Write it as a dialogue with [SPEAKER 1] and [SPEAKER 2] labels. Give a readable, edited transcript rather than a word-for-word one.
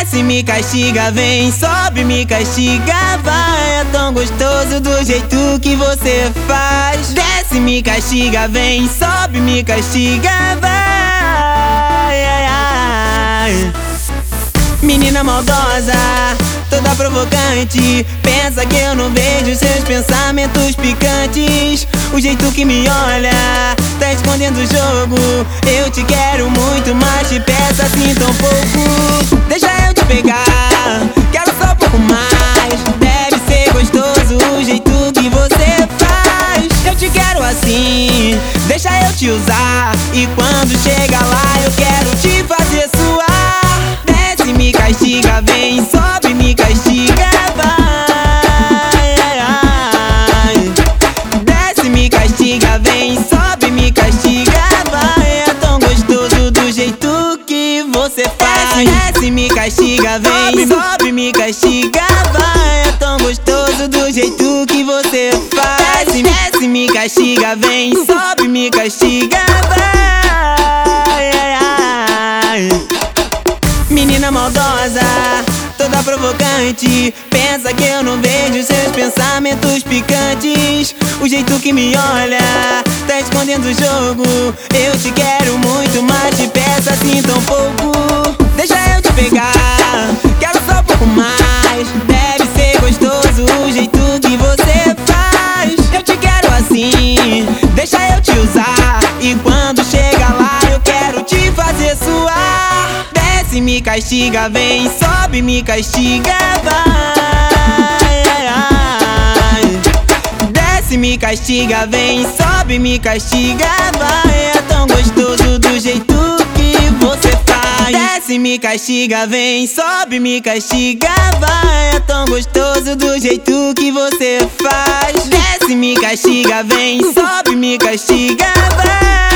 [SPEAKER 1] Desce, me castiga, vem, sobe, me castiga, vai. É tão gostoso do jeito que você faz. Desce, me castiga, vem, sobe, me castiga, vai. Menina maldosa, toda provocante, pensa que eu não vejo seus pensamentos picantes. O jeito que me olha, tá escondendo o jogo. Eu te quero muito, mas te peço assim tão pouco. Deixa eu te pegar, quero só um pouco mais. Deve ser gostoso o jeito que você faz. Eu te quero assim, deixa eu te usar. E quando chega lá eu quero te fazer suar. Desce, me castiga, vem, sobe, me castiga, vai. Desce, me castiga, vem, sobe, me castiga, vai. É tão gostoso do jeito que você faz. Desce, me castiga, vem, sobe, me castiga, vai. É tão gostoso do jeito que você faz. Desce, me castiga, vem, sobe, me castiga, vai. Menina maldosa, toda provocante, pensa que eu não vejo seus pensamentos picantes. O jeito que me olha, tá escondendo o jogo. Eu te quero muito, mas te peço assim tão pouco. Deixa eu te pegar, quero só um pouco mais. Deve ser gostoso o jeito que você faz. Eu te quero assim, deixa eu te usar. E quando chega lá eu quero te fazer suar. Desce, me castiga, vem, sobe, me castiga, vai. Desce, me castiga, vem, sobe, me castiga, vai. É tão gostoso do jeito que você faz. Desce, me castiga, vem, sobe, me castiga, vai. É tão gostoso do jeito que você faz. Desce, me castiga, vem, sobe, me castiga, vai.